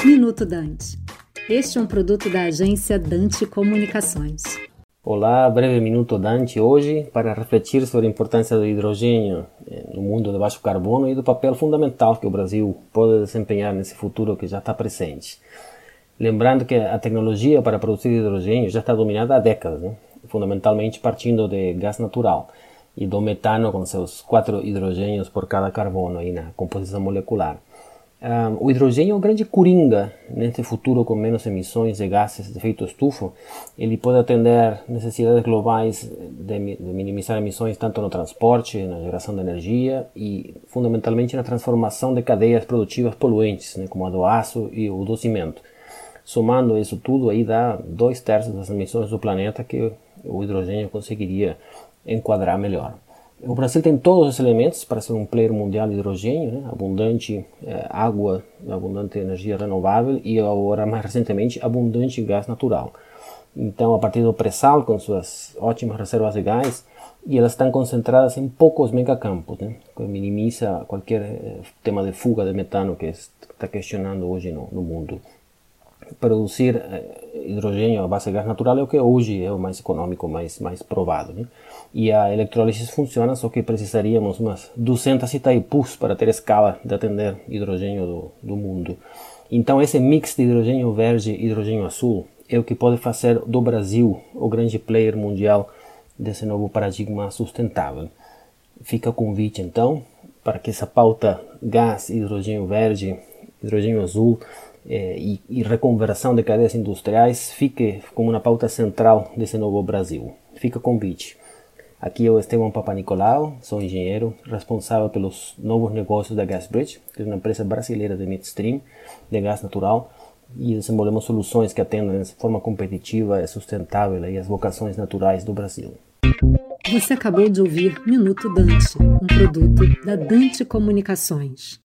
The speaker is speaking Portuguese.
Minuto Dante. Este é um produto da agência Dante Comunicações. Olá, breve Minuto Dante hoje para refletir sobre a importância do hidrogênio no mundo de baixo carbono e do papel fundamental que o Brasil pode desempenhar nesse futuro que já está presente. Lembrando que a tecnologia para produzir hidrogênio já está dominada há décadas, né? Fundamentalmente partindo de gás natural e do metano com seus 4 hidrogênios por cada carbono aí na composição molecular. O hidrogênio é um grande coringa nesse futuro com menos emissões de gases de efeito estufa. Ele pode atender necessidades globais de minimizar emissões tanto no transporte, na geração de energia e fundamentalmente na transformação de cadeias produtivas poluentes, né, como a do aço e o do cimento. Somando isso tudo, aí dá 2/3 das emissões do planeta que o hidrogênio conseguiria enquadrar melhor. O Brasil tem todos os elementos para ser um player mundial de hidrogênio, né? Abundante água, abundante energia renovável e agora, mais recentemente, abundante gás natural. Então, a partir do pré-sal, com suas ótimas reservas de gás, e elas estão concentradas em poucos megacampos, né? Que minimiza qualquer tema de fuga de metano que está questionando hoje no mundo. Produzir hidrogênio à base de gás natural é o que hoje é o mais econômico, mais provado, né? E a eletrólise funciona, só que precisaríamos umas 200 Itaipus para ter escala de atender hidrogênio do mundo. Então esse mix de hidrogênio verde e hidrogênio azul é o que pode fazer do Brasil o grande player mundial desse novo paradigma sustentável. Fica o convite então para que essa pauta gás, hidrogênio verde, hidrogênio azul e reconversão de cadeias industriais fique como uma pauta central desse novo Brasil. Fica o convite. Aqui é o Esteban Papanicolau, sou engenheiro responsável pelos novos negócios da GasBridge, que é uma empresa brasileira de midstream, de gás natural, e desenvolvemos soluções que atendem de forma competitiva e sustentável as vocações naturais do Brasil. Você acabou de ouvir Minuto Dante, um produto da Dante Comunicações.